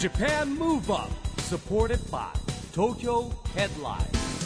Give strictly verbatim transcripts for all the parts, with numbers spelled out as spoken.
Japan Move Up supported by Tokyo Headline。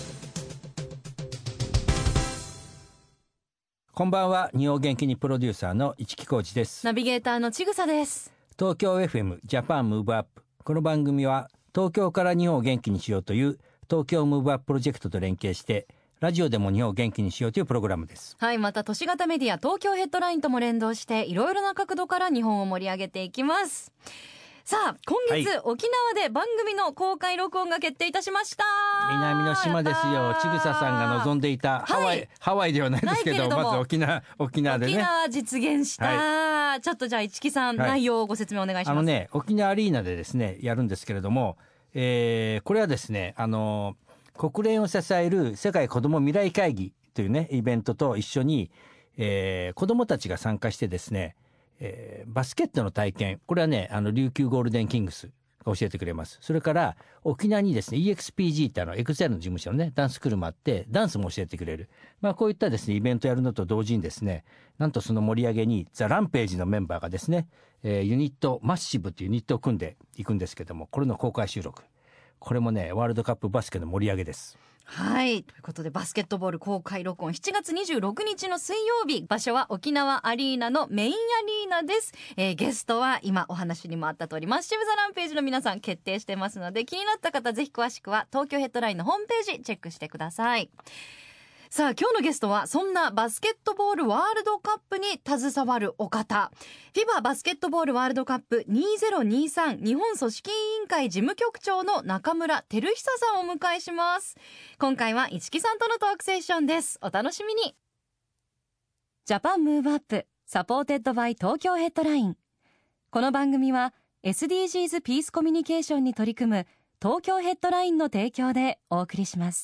こんばんは。日本元気にプロデューサーの市木浩司です。 ナビゲーターのちぐさです。 東京 エフエム ジャパンムーブアップ。この番組は東京から日本を元気にしようという東京ムーブアッププロジェクトと連携してラジオでも日本を元気にしようというプログラムです。 はい、また都市型メディア東京ヘッドラインとも連動していろいろな角度から日本を盛り上げていきます。さあ今月、はい、沖縄で番組の公開録音が決定いたしました。 南の島ですよ。ちぐささんが望んでいた、はい、ハワイハワイではないですけ ど, けどまず沖縄沖縄でね沖縄実現した、はい、ちょっとじゃあ市木さん、はい、内容をご説明お願いします。 あのね沖縄アリーナでですねやるんですけれども、えー、これはですねあの国連を支える世界子ども未来会議というねイベントと一緒に、えー、子どもたちが参加してですねえー、バスケットの体験、これはねあの琉球ゴールデンキングスが教えてくれます。それから沖縄にですね イーエックスピージー ってあのエクセルの事務所のねダンススクールもあってダンスも教えてくれる、まあ、こういったですねイベントやるのと同時にですねなんとその盛り上げにザ・ランページのメンバーがですね、えー、ユニットマッシブというユニットを組んでいくんですけども、これの公開収録、これもねワールドカップバスケの盛り上げです。 はい、ということでバスケットボール公開録音しちがつにじゅうろくにちの水曜日、場所は沖縄アリーナのメインアリーナです。えー、ゲストは今お話にもあった通りマッシブザランページの皆さん決定してますので、気になった方ぜひ詳しくは東京ヘッドラインのホームページチェックしてください。さあ今日のゲストはそんなバスケットボールワールドカップに携わるお方、フィババスケットボールワールドカップにせんにじゅうさん日本組織委員会事務局長の中村照久さんをお迎えします。今回は市木さんとのトークセッションです。お楽しみに。ジャパンムーブアップサポーテッドバイ東京ヘッドライン。この番組は エスディージーズ ピースコミュニケーションに取り組む東京ヘッドラインの提供でお送りします。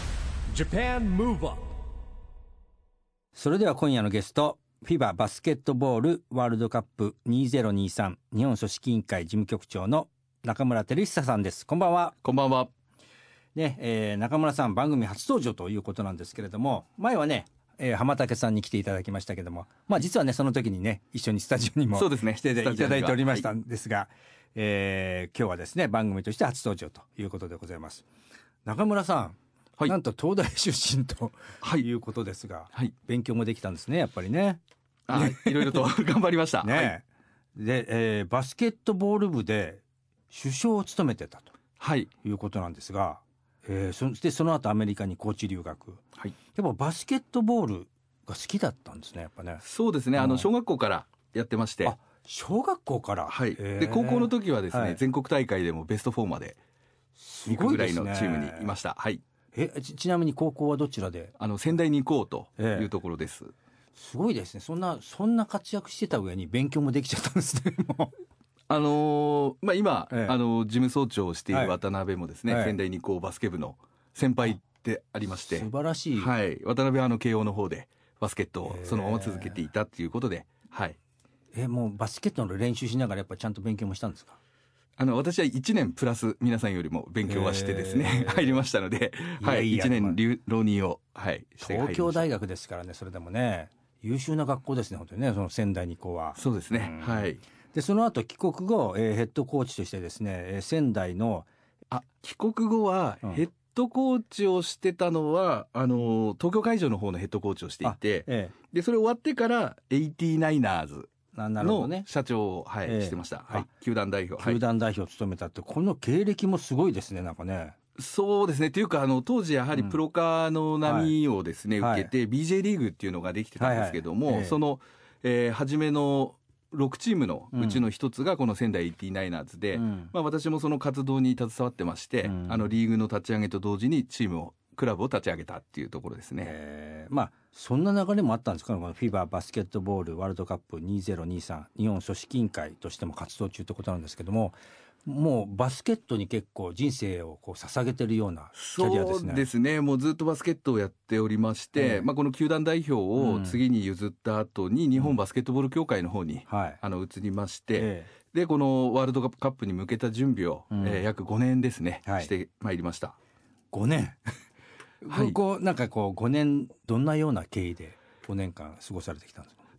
Japan Move Up。 それでは今夜のゲスト、フィババスケットボールワールドカップにせんにじゅうさん日本組織委員会事務局長の中村照久さんです。こんばんは。 こんばんは。 ねえー、中村さん番組初登場ということなんですけれども、前はね、えー、浜竹さんに来ていただきましたけども、まあ実はねその時にね一緒にスタジオにもそうですね来ていただいておりましたんですが、はい、えー、今日はですね番組として初登場ということでございます。中村さん、はい、なんと東大出身ということですが、はい、勉強もできたんですねやっぱりね。 あいろいろと頑張りましたね、 はい、 で、えー、バスケットボール部で主将を務めてたと、はい、いうことなんですが、えー、そしてその後アメリカにコーチ留学、はい、やっぱバスケットボールが好きだったんですねやっぱね。 そうですね、あの小学校からやってまして。 あ小学校から、 はい、で高校の時はですね、はい、全国大会でもベストよんまで行くぐらいのチームにいました。はい。 え ち, ちなみに高校はどちらで？ あの仙台に行こうというところです、えー、 すごいですね。そんなそんな活躍してた上に勉強もできちゃったんですねもうあのーまあ、今、ええ、あの事務総長をしている渡辺もですね、はい、仙台二高バスケ部の先輩でありまして、 素晴らしい、 はい、渡辺はあの慶応の方でバスケットをそのまま続けていたということで、はい、 えもうバスケットの練習しながらやっぱちゃんと勉強もしたんですか？ あの私はいちねんプラス皆さんよりも勉強はしてですね入りましたので、はい、いちねん浪人を、はい、して入りました。 東京大学ですからね。それでもね優秀な学校ですね本当にね、その仙台二高は。 そうですね、うん、はい。 でその後帰国後、えー、ヘッドコーチとしてですね、えー、仙台のあ帰国後はヘッドコーチをしてたのは、うん、あの東京会場の方のヘッドコーチをしていて、ええ、でそれ終わってからエイティナイナーズの社長を、はいええ、してました、はい、球団代表球団代表を務めたって、この経歴もすごいですねなんかね。 そうですね、というかあの当時やはりプロ化の波をですね、うんはい、受けて ビージェー リーグっていうのができてたんですけども、はいはいええ、その、えー、初めのろくチームのうちの一つがこの仙台エイティナイナーズで、うんまあ、私もその活動に携わってまして、うん、あのリーグの立ち上げと同時にチームをクラブを立ち上げたっていうところですね、 えー、まあそんな流れもあったんですか、このフィババスケットボールワールドカップにせんにじゅうさん日本組織委員会としても活動中ということなんですけども、もうバスケットに結構人生をこう捧げてるようなキャリアですね。 そうですね、もうずっとバスケットをやっておりまして、えーまあ、この球団代表を次に譲った後に日本バスケットボール協会の方に、うんはい、あの移りまして、えー、でこのワールドカップに向けた準備を、うんえー、約ごねんですね、はい、してまいりました。 ごねんはい、こうなんかこうごねんどんなような経緯でごねんかん過ごされてきたんですか？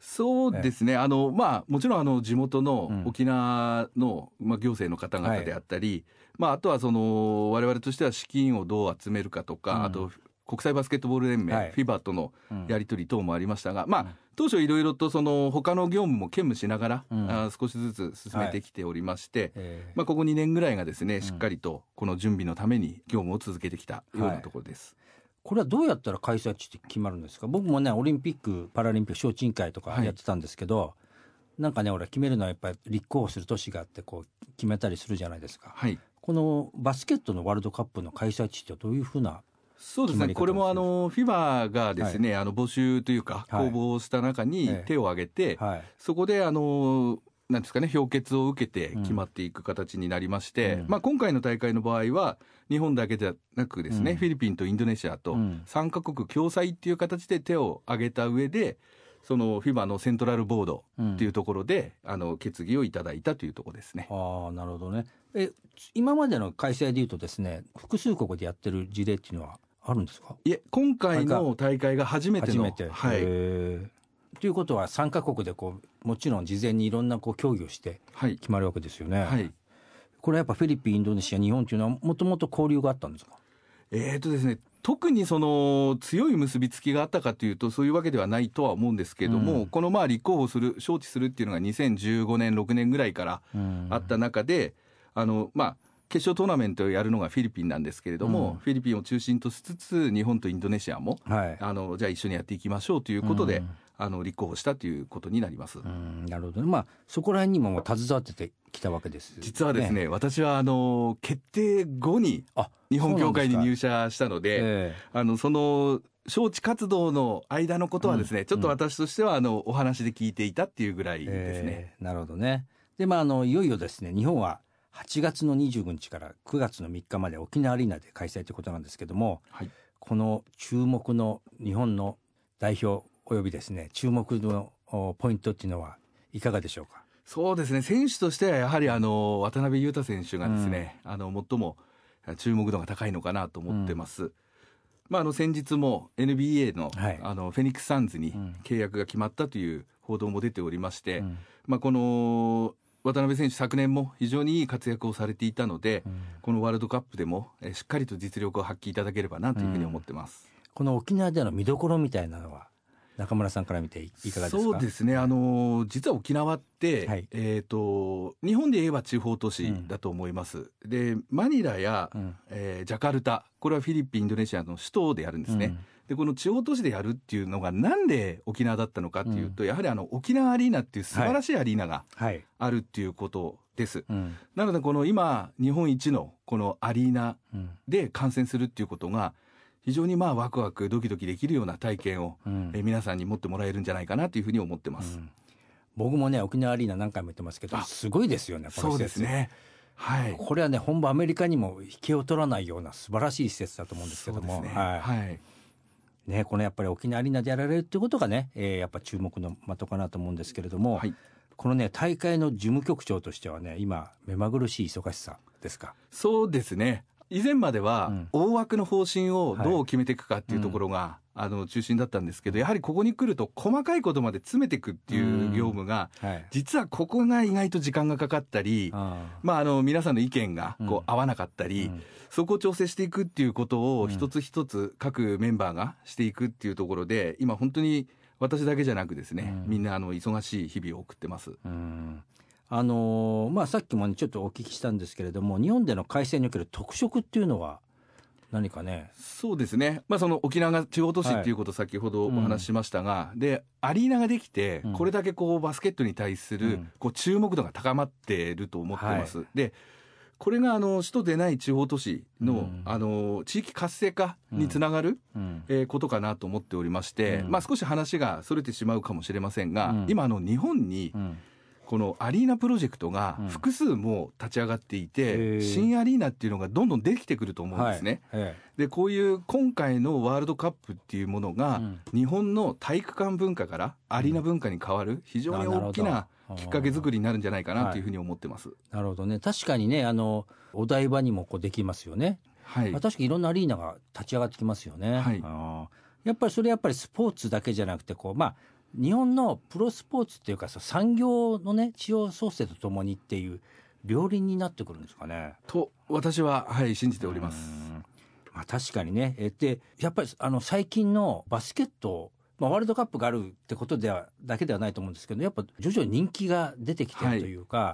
そうですね、あのまあ、もちろんあの地元の沖縄の、まあ、行政の方々であったり、はい、まあ、あとはその我々としては資金をどう集めるかとか、うん、あと国際バスケットボール連盟、はい、フィバ とのやり取り等もありましたが、うん、まあ、当初いろいろとその他の業務も兼務しながら、うん、あ少しずつ進めてきておりまして、はい、まあ、ここにねんぐらいがですね、しっかりとこの準備のために業務を続けてきたようなところです。 はい、これはどうやったら開催地って決まるんですか？僕もね、オリンピックパラリンピック招致委員会とかやってたんですけど、はい、なんかね、俺決めるのはやっぱり立候補する都市があってこう決めたりするじゃないですか。はい、このバスケットのワールドカップの開催地ってどういうふうな？ そうですね、これもあの フィバ がですね、はい、あの募集というか公募をした中に手を挙げて、はい、そこであのなんですかね、評決を受けて決まっていく形になりまして、うん、まあ、今回の大会の場合は日本だけでなくですね、うん、フィリピンとインドネシアとさんカ国共催っていう形で手を挙げた上で、その フィバ のセントラルボードっていうところで、うん、あの決議をいただいたというところですね。 ああ、なるほどね。え今までの開催でいうとですね、複数国でやってる事例っていうのはあるんですか？ いえ、今回の大会が初めての。初めて。はい。 ということはさんカ国でこうもちろん事前にいろんなこう協議をして決まるわけですよね。はい。これやっぱフィリピン、インドネシア、日本というのはもともと交流があったんですか？ えーとですね、特にその強い結びつきがあったかというとそういうわけではないとは思うんですけれども、うん、このまあ立候補する招致するっていうのがにせんじゅうごねんろくねんぐらいからあった中で、あのまあ決勝トーナメントをやるのがフィリピンなんですけれども、うん、フィリピンを中心としつつ日本とインドネシアも、はい、あのじゃあ一緒にやっていきましょうということで、うん、あの立候補したということになります。 うん、なるほどね。まあ、そこら辺にも携わっててきたわけです、ね、 実はですね、私はあの決定後に日本協会に入社したので、えー、あのその招致活動の間のことはですね、うん、ちょっと私としてはあのお話で聞いていたっていうぐらいですね。 えー、なるほどね。で、まあ、あのいよいよですね、日本ははちがつのにじゅうごにちからくがつのみっかまで沖縄アリーナで開催ということなんですけども、はい、この注目の日本の代表およびですね、注目のポイントっていうのはいかがでしょうか？ そうですね、選手としてはやはりあの渡辺裕太選手がですね、うん、あの最も注目度が高いのかなと思ってます。うん、まあ、あの先日も エヌビーエー の、はい、あのフェニックスサンズに契約が決まったという報道も出ておりまして、うん、まあ、この渡辺選手昨年も非常にいい活躍をされていたので、うん、このワールドカップでもえしっかりと実力を発揮いただければなというふうに思ってます。うん、 この沖縄での見どころみたいなのは中村さんから見ていかがですか？ そうですね、あの実は沖縄って、はい、えーと、日本で言えば地方都市だと思います。うん、でマニラや、うん、えー、ジャカルタ、これはフィリピン、インドネシアの首都でやるんですね。うん、でこの地方都市でやるっていうのがなんで沖縄だったのかっていうと、うん、やはりあの沖縄アリーナっていう素晴らしいアリーナがあるっていうことです。はいはい、うん、なのでこの今日本一のこのアリーナで観戦するっていうことが非常にまあワクワクドキドキできるような体験を、うん、え皆さんに持ってもらえるんじゃないかなというふうに思ってます。うん、 僕もね沖縄アリーナ何回も行ってますけどすごいですよね。この施設。 そうですね。はい。 これはね本場アメリカにも引けを取らないような素晴らしい施設だと思うんですけども。そうですね。はい。はいね、このやっぱり沖縄アリーナでやられるっていうことがね、えー、やっぱ注目の的かなと思うんですけれども、はい、このね大会の事務局長としてはね今目まぐるしい忙しさですか？ そうですね。以前までは大枠の方針をどう決めていくかっていうところが、はい、あの中心だったんですけど、やはりここに来ると細かいことまで詰めていくっていう業務が、はい、実はここが意外と時間がかかったり、あまあ、あの皆さんの意見がこう合わなかったり、うん、そこを調整していくっていうことを一つ一つ各メンバーがしていくっていうところで、今本当に私だけじゃなくですね、うん、みんなあの忙しい日々を送ってます。うん、 あのーまあ、さっきも、ね、ちょっとお聞きしたんですけれども、日本での開催における特色っていうのは何かね？ そうですね、まあ、その沖縄が地方都市っていうことを先ほどお話ししましたが、はい、うん、でアリーナができてこれだけこうバスケットに対するこう注目度が高まっていると思ってます。はい、でこれがあの首都でない地方都市 の,、うん、あの地域活性化につながる、うんえー、ことかなと思っておりまして、うんまあ、少し話がそれてしまうかもしれませんが、うん、今あの日本に、うんこのアリーナプロジェクトが複数も立ち上がっていて、うん、新アリーナっていうのがどんどんできてくると思うんですね。はい、でこういう今回のワールドカップっていうものが、うん、日本の体育館文化からアリーナ文化に変わる非常に大きなきっかけ作りになるんじゃないかなというふうに思ってます。はい、 なるほどね。確かにねあのお台場にもこうできますよね。はい、まあ、確かにいろんなアリーナが立ち上がってきますよね。はい、あやっぱりそれやっぱりスポーツだけじゃなくてこうまあ日本のプロスポーツっていうか産業のね地方創生とともにっていう両輪になってくるんですかねと私は、はい、信じております。 まあ、確かにね。えでやっぱりあの最近のバスケット、まあ、ワールドカップがあるってことではだけではないと思うんですけど、やっぱ徐々に人気が出てきてるというか、はい、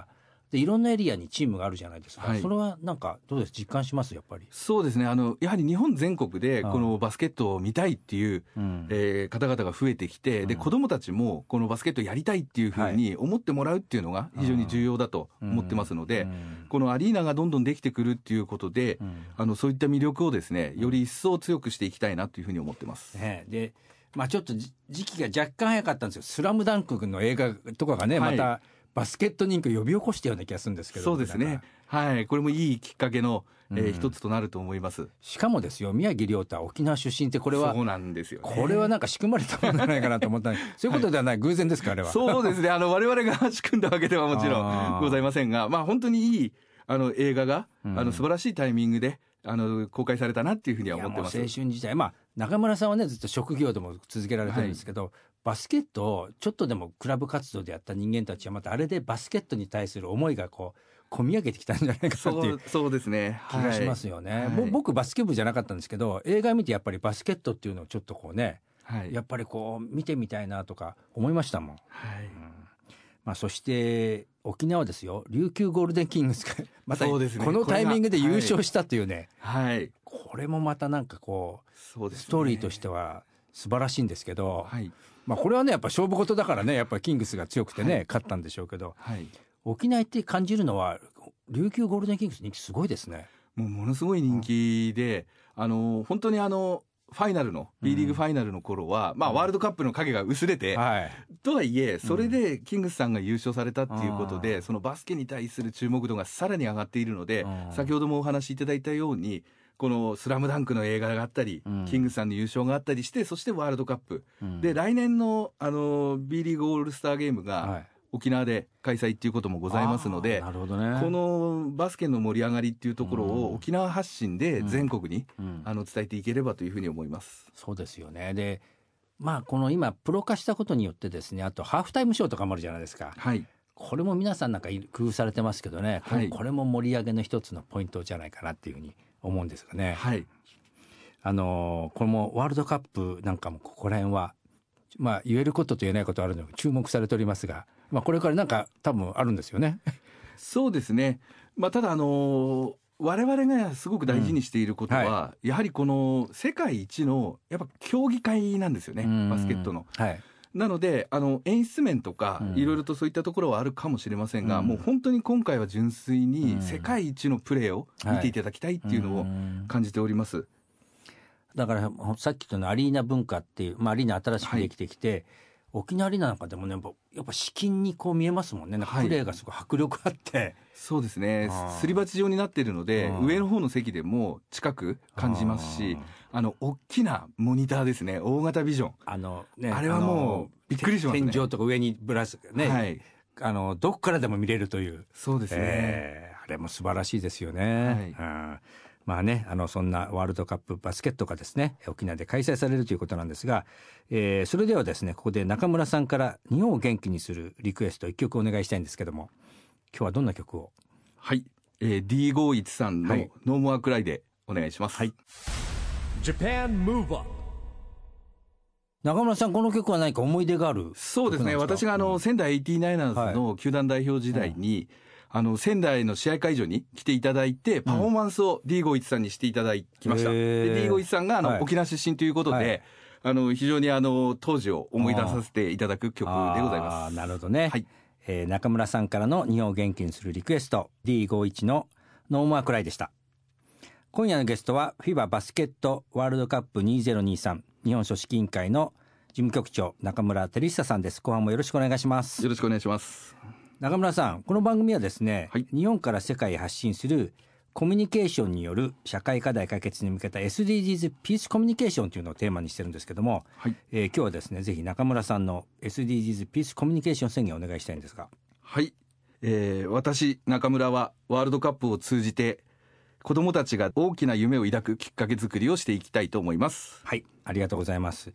でいろんなエリアにチームがあるじゃないですか、はい、それはなんかどうです実感しますやっぱり。 そうですね、あのやはり日本全国でこのバスケットを見たいっていう、うんえー、方々が増えてきて、で子どもたちもこのバスケットやりたいっていうふうに思ってもらうっていうのが非常に重要だと思ってますので、うんうん、このアリーナがどんどんできてくるっていうことで、うん、あのそういった魅力をですねより一層強くしていきたいなというふうに思ってます、 ね、でまあ、ちょっと時期が若干早かったんですよ。スラムダンクの映画とかがね、はい、またバスケット人気を呼び起こしたような気がするんですけど。 そうですね、はい、これもいいきっかけの、えーうん、一つとなると思います。 しかもですよ、宮城亮太沖縄出身って、これはそうなんですよ、ね、 これはなんか仕組まれたものじゃないかなと思ったそういうことではない、はい、偶然ですかあれは。 そうですね、あの我々が仕組んだわけではもちろんございませんが、まあ、本当にいいあの映画が、うん、あの素晴らしいタイミングであの公開されたなっていうふうには思ってます。 いやもう青春時代、まあ、中村さんはねずっと職業でも続けられてるんですけど、はい、バスケットをちょっとでもクラブ活動でやった人間たちはまたあれでバスケットに対する思いがこう込み上げてきたんじゃないかなっていう、 そうですね、 気がしますよね、はい、僕バスケ部じゃなかったんですけど、映画見てやっぱりバスケットっていうのをちょっとこうね、はい、やっぱりこう見てみたいなとか思いましたもん、はいうんまあ、そして沖縄ですよ、琉球ゴールデンキングスがまたこのタイミングで優勝したというね、はい、これもまたなんかこうそうです、ね、ストーリーとしては素晴らしいんですけど、はいまあ、これはねやっぱ勝負事だからね、やっぱりキングスが強くてね、はい、勝ったんでしょうけど、はい、沖縄って感じるのは琉球ゴールデンキングス人気すごいですね。 もうものすごい人気で、うん、あの本当にあのファイナルの B リーグファイナルの頃は、うんまあ、ワールドカップの影が薄れて、はい、とはいえそれでキングスさんが優勝されたっていうことで、うん、そのバスケに対する注目度がさらに上がっているので、うん、先ほどもお話しいただいたようにこのスラムダンクの映画があったり、うん、キングスさんの優勝があったりして、そしてワールドカップ、うん、で来年の、あの B リーグオールスターゲームが、はい沖縄で開催っていうこともございますので、なるほどね、このバスケの盛り上がりっていうところを沖縄発信で全国に、うんうん、あの伝えていければというふうに思います。 そうですよね。で、まあこの今プロ化したことによってですね、あとハーフタイムショーとかもあるじゃないですか。はい。これも皆さんなんか工夫されてますけどね、はい、これも盛り上げの一つのポイントじゃないかなっていうふうに思うんですよね。はい。あのこれもワールドカップなんかもここら辺はまあ言えることと言えないことあるので注目されておりますが。まあ、これからなんか多分あるんですよね。 そうですね、まあ、ただあのー、我々がすごく大事にしていることは、うんはい、やはりこの世界一のやっぱ競技会なんですよね、バスケットの、はい、なのであの演出面とかいろいろとそういったところはあるかもしれませんが、うん、もう本当に今回は純粋に世界一のプレーを見ていただきたいっていうのを感じております、はい、 だからさっき言ったようなアリーナ文化っていう、まあ、アリーナ新しくできてきて、はい沖縄アリーナなんかでもねやっぱ至近にこう見えますもんね。なんかプレーがすごい迫力あって、はい、 そうですね、すり鉢状になっているので上の方の席でも近く感じますし、あの大きなモニターですね、大型ビジョン、あの、ね、あれはもうびっくりしますね。 天井とか上にブラスね、はい、あのどこからでも見れるという。 そうですね、 えー、あれも素晴らしいですよね、はいうんまあね、あのそんなワールドカップバスケットがですね沖縄で開催されるということなんですが、えー、それではですねここで中村さんから日本を元気にするリクエストいっきょくお願いしたいんですけども、今日はどんな曲を。 はい、えー、ディーごーいちさんのノーモアクライでお願いします、はい、 Japan Move Up。 中村さんこの曲は何か思い出がある。 そうですね、私があの、うん、仙台エイティナイナーズの球団代表時代に、うんあの仙台の試合会場に来ていただいてパフォーマンスを ディーごーいちさんにしていただきました、うん、で ディーごーいちさんがあの、はい、沖縄出身ということで、はい、あの非常にあの当時を思い出させていただく曲でございます。 なるほどね、はいえー、中村さんからの日本を元気にするリクエスト ディーごーいち のノーモアクライでした。今夜のゲストは フィバ バスケットワールドカップにせんにじゅうさん日本組織委員会の事務局長中村照久さんです。後半もよろしくお願いします。 よろしくお願いします。 中村さんこの番組はですね、はい、日本から世界へ発信するコミュニケーションによる社会課題解決に向けた エスディージーズ ピースコミュニケーションというのをテーマにしてるんですけども、はいえー、今日はですねぜひ中村さんの エスディージーズ ピースコミュニケーション宣言をお願いしたいんですが。 はい、えー、私中村はワールドカップを通じて子どもたちが大きな夢を抱くきっかけ作りをしていきたいと思います。 はい、ありがとうございます。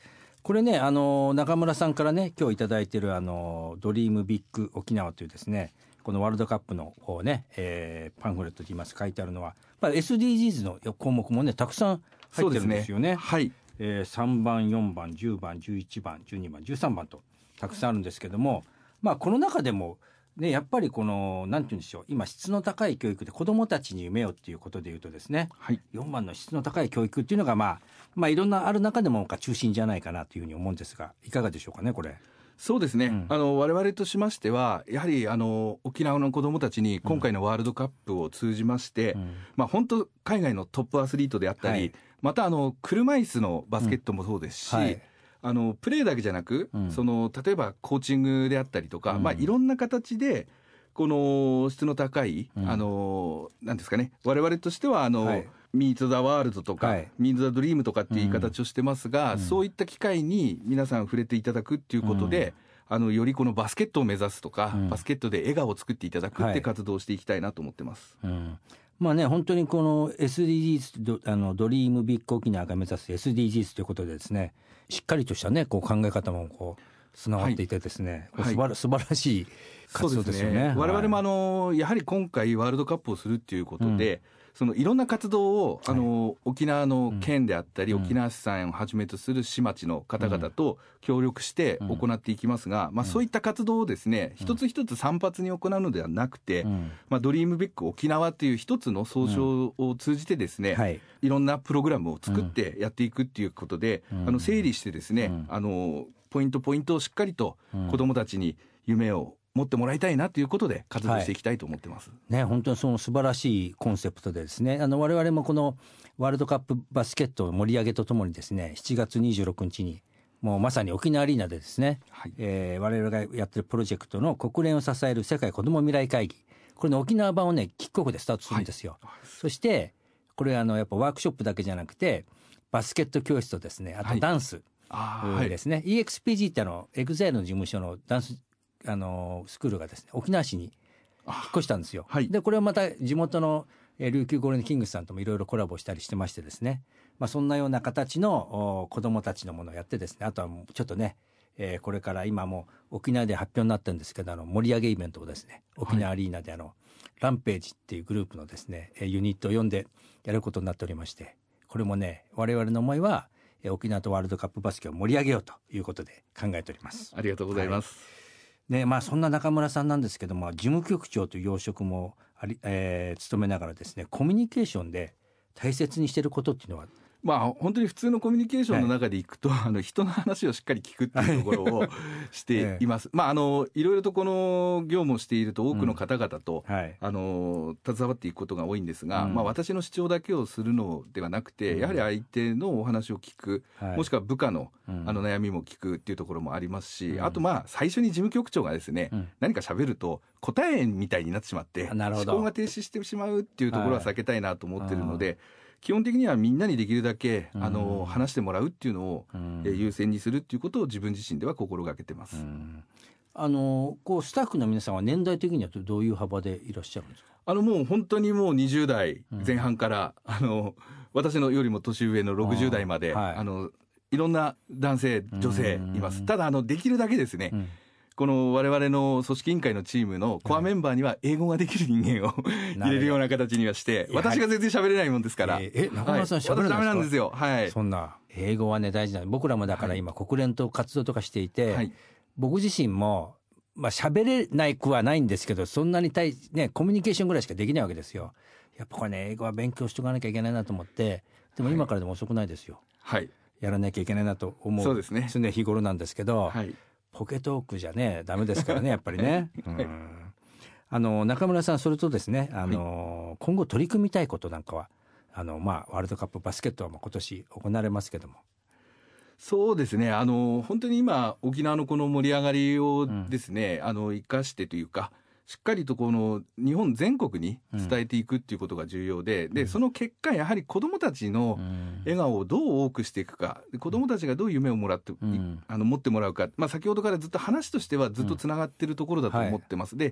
これね、あの中村さんからね今日いただいているあのドリームビッグ沖縄というですね、このワールドカップの方ね、えー、パンフレットといいます書いてあるのは、まあ、エスディージーズ の項目もねたくさん入ってるんですよね。 ね、はい、 えー、さんばんよんばんじゅうばんじゅういちばんじゅうにばんじゅうさんばんとたくさんあるんですけども、まあこの中でもね、やっぱりこのなんて言うんでしょう、今質の高い教育で子どもたちに夢をっていうことでいうとですね、はい、よんばんの質の高い教育っていうのが、まあ、まあいろんなある中でも中心じゃないかなというふうに思うんですが、いかがでしょうかねこれ。 そうですね、うん、あの我々としましてはやはりあの沖縄の子どもたちに今回のワールドカップを通じまして、うん、まあ、本当海外のトップアスリートであったり、はい、またあの車椅子のバスケットもそうですし、うん、はい、あのプレーだけじゃなく、うん、その例えばコーチングであったりとか、うん、まあ、いろんな形でこの質の高い、うん、あのなんですかね、我々としてはあの、はい、ミート・ザ・ワールドとか、はい、ミート・ザ・ドリームとかっていう言い形をしてますが、うん、そういった機会に皆さん触れていただくっていうことで、うん、あのよりこのバスケットを目指すとか、うん、バスケットで笑顔を作っていただくって活動をしていきたいなと思ってます、はい、うん、 まあね、本当にこの エスディージーズ あのドリームビッグ沖縄が目指す エスディージーズ ということでですね、しっかりとしたねこう考え方もこうつながっていてですね、はい、素晴ら、素晴らしい活動ですよね。 そうですね、我々もあのやはり今回ワールドカップをするっていうことで、うん、そのいろんな活動をあの、はい、沖縄の県であったり、うん、沖縄市さんをはじめとする市町の方々と協力して行っていきますが、うん、まあ、そういった活動をですね、うん、一つ一つ散発に行うのではなくて、うん、まあ、ドリームビッグ沖縄という一つの総称を通じてですね、うん、はい、いろんなプログラムを作ってやっていくっていうことで、うん、あの整理してですね、うん、あのポイントポイントをしっかりと子どもたちに夢を持ってもらいたいなということで活動していきたいと思ってます、はい、 ね、本当にその素晴らしいコンセプトでですね、あの我々もこのワールドカップバスケット盛り上げとともにですね、しちがつにじゅうろくにちにもうまさに沖縄アリーナでですね、はい、えー、我々がやってるプロジェクトの国連を支える世界子ども未来会議、これの沖縄版をねキックオフでスタートするんですよ、はい、そしてこれあのやっぱワークショップだけじゃなくてバスケット教室とですね、あとダンスですね、はい、イーエックスピージー ってあのエグザイルの事務所のダンスあのスクールがですね沖縄市に引っ越したんですよ、はい、でこれはまた地元の琉球ゴールデンキングスさんともいろいろコラボしたりしてましてですね、まあ、そんなような形の子どもたちのものをやってですね、あとはもうちょっとね、えー、これから今も沖縄で発表になってるんですけど、あの盛り上げイベントをですね沖縄アリーナであの、はい、ランページっていうグループのですねユニットを呼んでやることになっておりまして、これもね我々の思いは沖縄とワールドカップバスケを盛り上げようということで考えております。 ありがとうございます、 はい、ね、まあ、そんな中村さんなんですけども、事務局長という要職もあり、えー、務めながらですね、コミュニケーションで大切にしていることっていうのは、 まあ、本当に普通のコミュニケーションの中でいくと、はい、あの人の話をしっかり聞くっていうところをしています、ええ、まあ、あのいろいろとこの業務をしていると多くの方々と、うん、はい、あの携わっていくことが多いんですが、うん、まあ、私の主張だけをするのではなくて、うん、やはり相手のお話を聞く、はい、もしくは部下の、うん、あの悩みも聞くっていうところもありますし、うん、あとまあ最初に事務局長がですね、うん、何か喋ると答えみたいになってしまって思考が停止してしまうっていうところは避けたいなと思ってるので、はい、基本的にはみんなにできるだけ、うん、あの話してもらうっていうのを、うん、え優先にするっていうことを自分自身では心がけてます、うん、 あのこうスタッフの皆さんは年代的にはどういう幅でいらっしゃるんですか？ あのもう本当にもうにじゅうだいぜん半から、うん、あの私のよりも年上のろくじゅうだいまで、はい、あのいろんな男性女性います、うん、ただあのできるだけですね、うん、この我々の組織委員会のチームのコアメンバーには英語ができる人間を入れるような形にはして、私が全然喋れないもんですから。 えー、え中村さん喋れないんですか？ 私ダメなんですよ。はい。 そんな英語はね大事なの。僕らもだから今国連と活動とかしていて、はい、僕自身もまあ喋れないくはないんですけど、そんなに対ねコミュニケーションぐらいしかできないわけですよ。やっぱこれね英語は勉強しとかなきゃいけないなと思って、でも今からでも遅くないですよ。はい。やらなきゃいけないなと思う。そうですね。常日頃なんですけど。はい。ポケトークじゃねダメですからねやっぱりね、うん、あの中村さん、それとですねあの、はい、今後取り組みたいことなんかはあの、まあ、ワールドカップバスケットは今年行われますけども。 そうですね、あの本当に今沖縄のこの盛り上がりをですね、うん、あの生かしてというかしっかりとこの日本全国に伝えていくっていうことが重要で、うん、でその結果やはり子どもたちの笑顔をどう多くしていくか、子どもたちがどういう夢をもらって、うん、あの持ってもらうか、まあ、先ほどからずっと話としてはずっとつながっているところだと思ってます、うん、はい、で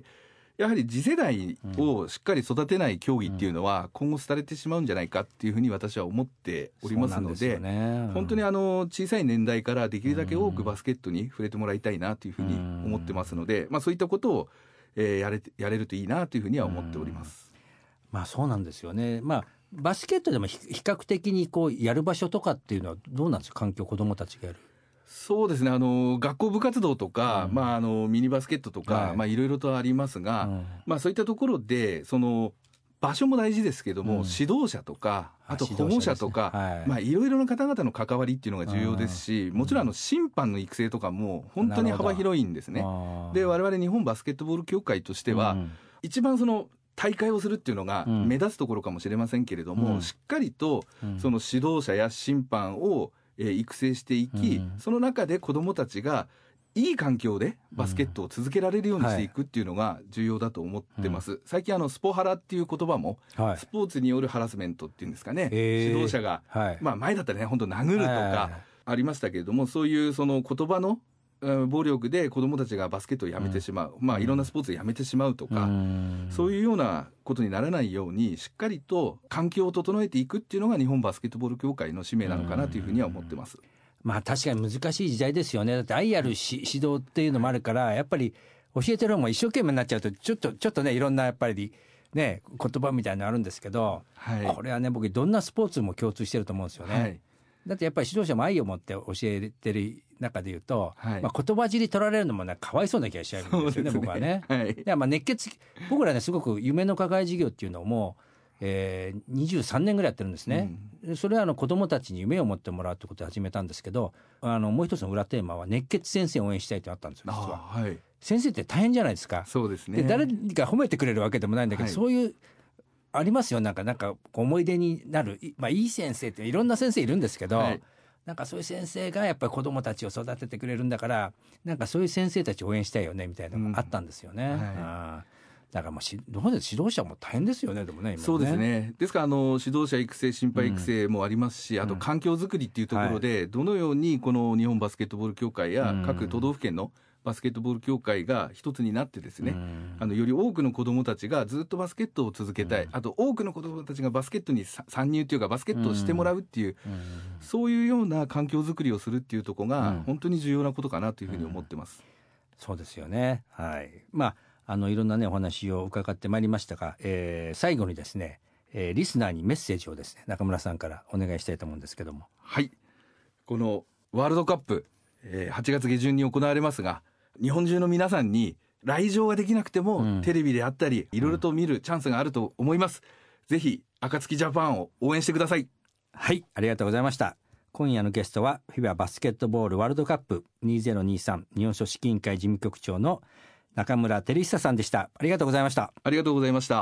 やはり次世代をしっかり育てない競技っていうのは今後廃れてしまうんじゃないかっていうふうに私は思っておりますので、本当にあの小さい年代からできるだけ多くバスケットに触れてもらいたいなというふうに思ってますので、まあ、そういったことをえー、やれやれるといいなというふうには思っております。 まあそうなんですよね。まあバスケットでも比較的にこうやる場所とかっていうのはどうなんですか、環境、子どもたちがやる。 そうですね、あの学校部活動とか、うん、まあ、あのミニバスケットとか、はい、まあ、いろいろとありますが、うん、まあ、そういったところでその場所も大事ですけども、うん、指導者とかあと保護者とか、ね、はい、まあ、いろいろな方々の関わりっていうのが重要ですし、もちろんあの審判の育成とかも本当に幅広いんですね。で我々日本バスケットボール協会としては、うん、一番その大会をするっていうのが目立つところかもしれませんけれども、うん、しっかりとその指導者や審判を育成していき、うん、その中で子どもたちがいい環境でバスケットを続けられるようにしていくっていうのが重要だと思ってます、うん、はい、最近あのスポハラっていう言葉も、はい、スポーツによるハラスメントっていうんですかね、えー、指導者が、はい、まあ、前だったらね本当殴るとかありましたけれども、そういうその言葉の暴力で子どもたちがバスケットをやめてしまう、うん、まあ、いろんなスポーツをやめてしまうとか、うん、そういうようなことにならないようにしっかりと環境を整えていくっていうのが日本バスケットボール協会の使命なのかなというふうには思ってます。 まあ確かに難しい時代ですよね。だって愛あるし指導っていうのもあるから、やっぱり教えてる方も一生懸命になっちゃうとちょっとちょっとね、いろんなやっぱりね言葉みたいなのあるんですけど、はい、これはね僕どんなスポーツも共通してると思うんですよね、はい、だってやっぱり指導者も愛を持って教えてる中で言うと、はい、まあ、言葉尻取られるのもねかわいそうな気がしちゃうんですよね、僕はね、はい、でまあ熱血僕らねすごく夢の課外事業っていうのもえー、にじゅうさんねんぐらいやってるんですね、うん、それはあの子どもたちに夢を持ってもらうということで始めたんですけど、あのもう一つの裏テーマは熱血先生を応援したいとあったんですよ実は、はい、先生って大変じゃないですか。 そうですね。 で誰が褒めてくれるわけでもないんだけど、はい、そういうありますよ、なんかなんか思い出になる、まあ、いい先生っていろんな先生いるんですけど、はい、なんかそういう先生がやっぱり子どもたちを育ててくれるんだから、なんかそういう先生たちを応援したいよねみたいなのがあったんですよね、うん、はい、あだからもうしどうです指導者も大変ですよね。でもね今ね。 そうですね。ですからあの指導者育成審判育成もありますし、うん、あと環境づくりっていうところで、うん、どのようにこの日本バスケットボール協会や各都道府県のバスケットボール協会が一つになってですね、うん、あのより多くの子どもたちがずっとバスケットを続けたい、うん、あと多くの子どもたちがバスケットに参入というかバスケットをしてもらうっていう、うん、そういうような環境づくりをするっていうところが本当に重要なことかなというふうに思ってます、うん、 そうですよね。はい。まああのいろんなねお話を伺ってまいりましたが、えー、最後にですね、えー、リスナーにメッセージをですね中村さんからお願いしたいと思うんですけども。 はい。このワールドカップ、えー、はちがつ下旬に行われますが、日本中の皆さんに来場ができなくても、うん、テレビであったりいろいろと見るチャンスがあると思います、うん、ぜひ暁ジャパンを応援してください。 はい、ありがとうございました。今夜のゲストはフィババスケットボールワールドカップにせんにじゅうさん日本組織委員会事務局長の中村照久さんでした。ありがとうございました。 ありがとうございました。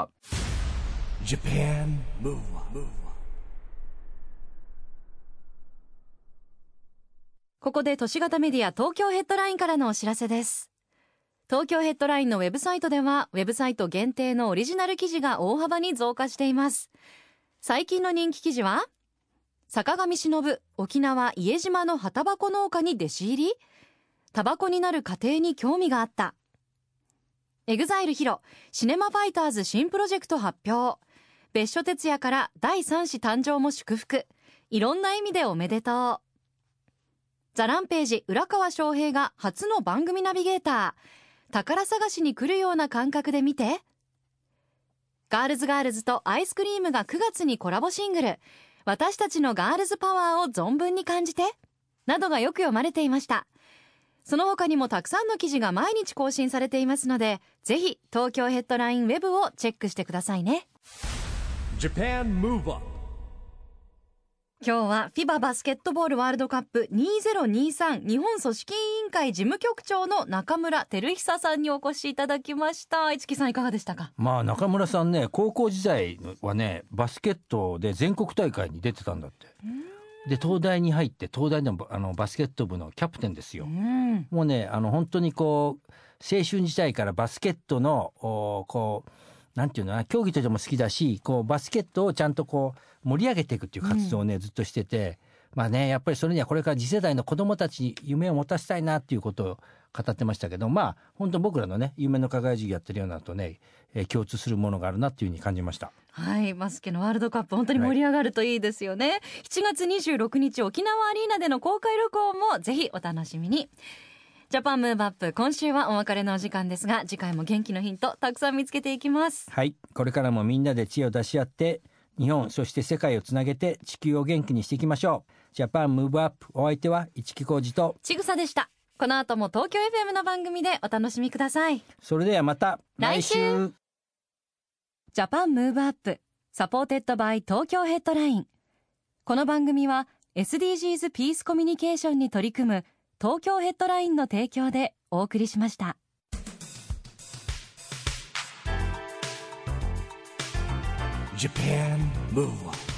ここで都市型メディア東京ヘッドラインからのお知らせです。東京ヘッドラインのウェブサイトではウェブサイト限定のオリジナル記事が大幅に増加しています。最近の人気記事は、坂上忍沖縄伊江島の葉タバコ農家に弟子入り、タバコになる過程に興味があった、エグザイルヒロシネマファイターズ新プロジェクト発表、別所哲也からだいさん子誕生も祝福、いろんな意味でおめでとう、ザランページ浦川翔平が初の番組ナビゲーター、宝探しに来るような感覚で見て、ガールズガールズとアイスクリームがくがつにコラボシングル、私たちのガールズパワーを存分に感じてなどがよく読まれていました。その他にもたくさんの記事が毎日更新されていますので、ぜひ東京ヘッドラインウェブをチェックしてくださいね。今日は フィバ バスケットボールワールドカップにせんにじゅうさん日本組織委員会事務局長の中村照久さんにお越しいただきました。市木さんいかがでしたか？ まあ中村さんね、高校時代はねバスケットで全国大会に出てたんだって。で東大に入って東大でもあのバスケット部のキャプテンですよ。うんもうねあの本当にこう青春時代からバスケットのこうなんていうのかな、競技としても好きだし、こうバスケットをちゃんとこう盛り上げていくっていう活動をね、うん、ずっとしてて、 まあね、やっぱりそれにはこれから次世代の子どもたちに夢を持たせたいなっていうことを語ってましたけど、まあ本当僕らのね夢の輝授業やってるようなとね、えー、共通するものがあるなっていうふうに感じました。 はい、バスケのワールドカップ本当に盛り上がるといいですよね、はい、しちがつにじゅうろくにち沖縄アリーナでの公開録音もぜひお楽しみに。ジャパンムーブアップ、今週はお別れのお時間ですが、次回も元気のヒントたくさん見つけていきます。 はい、これからもみんなで知恵を出し合って日本そして世界をつなげて地球を元気にしていきましょう。ジャパンムーブアップ、お相手は市木浩二とちぐさでした。この後も東京 エフエム の番組でお楽しみください。 それではまた来週。ジャパンムーブアップサポーテッドバイ東京ヘッドライン。この番組は エスディージーズ ピースコミュニケーションに取り組む東京ヘッドラインの提供でお送りしました。 Japan Move Up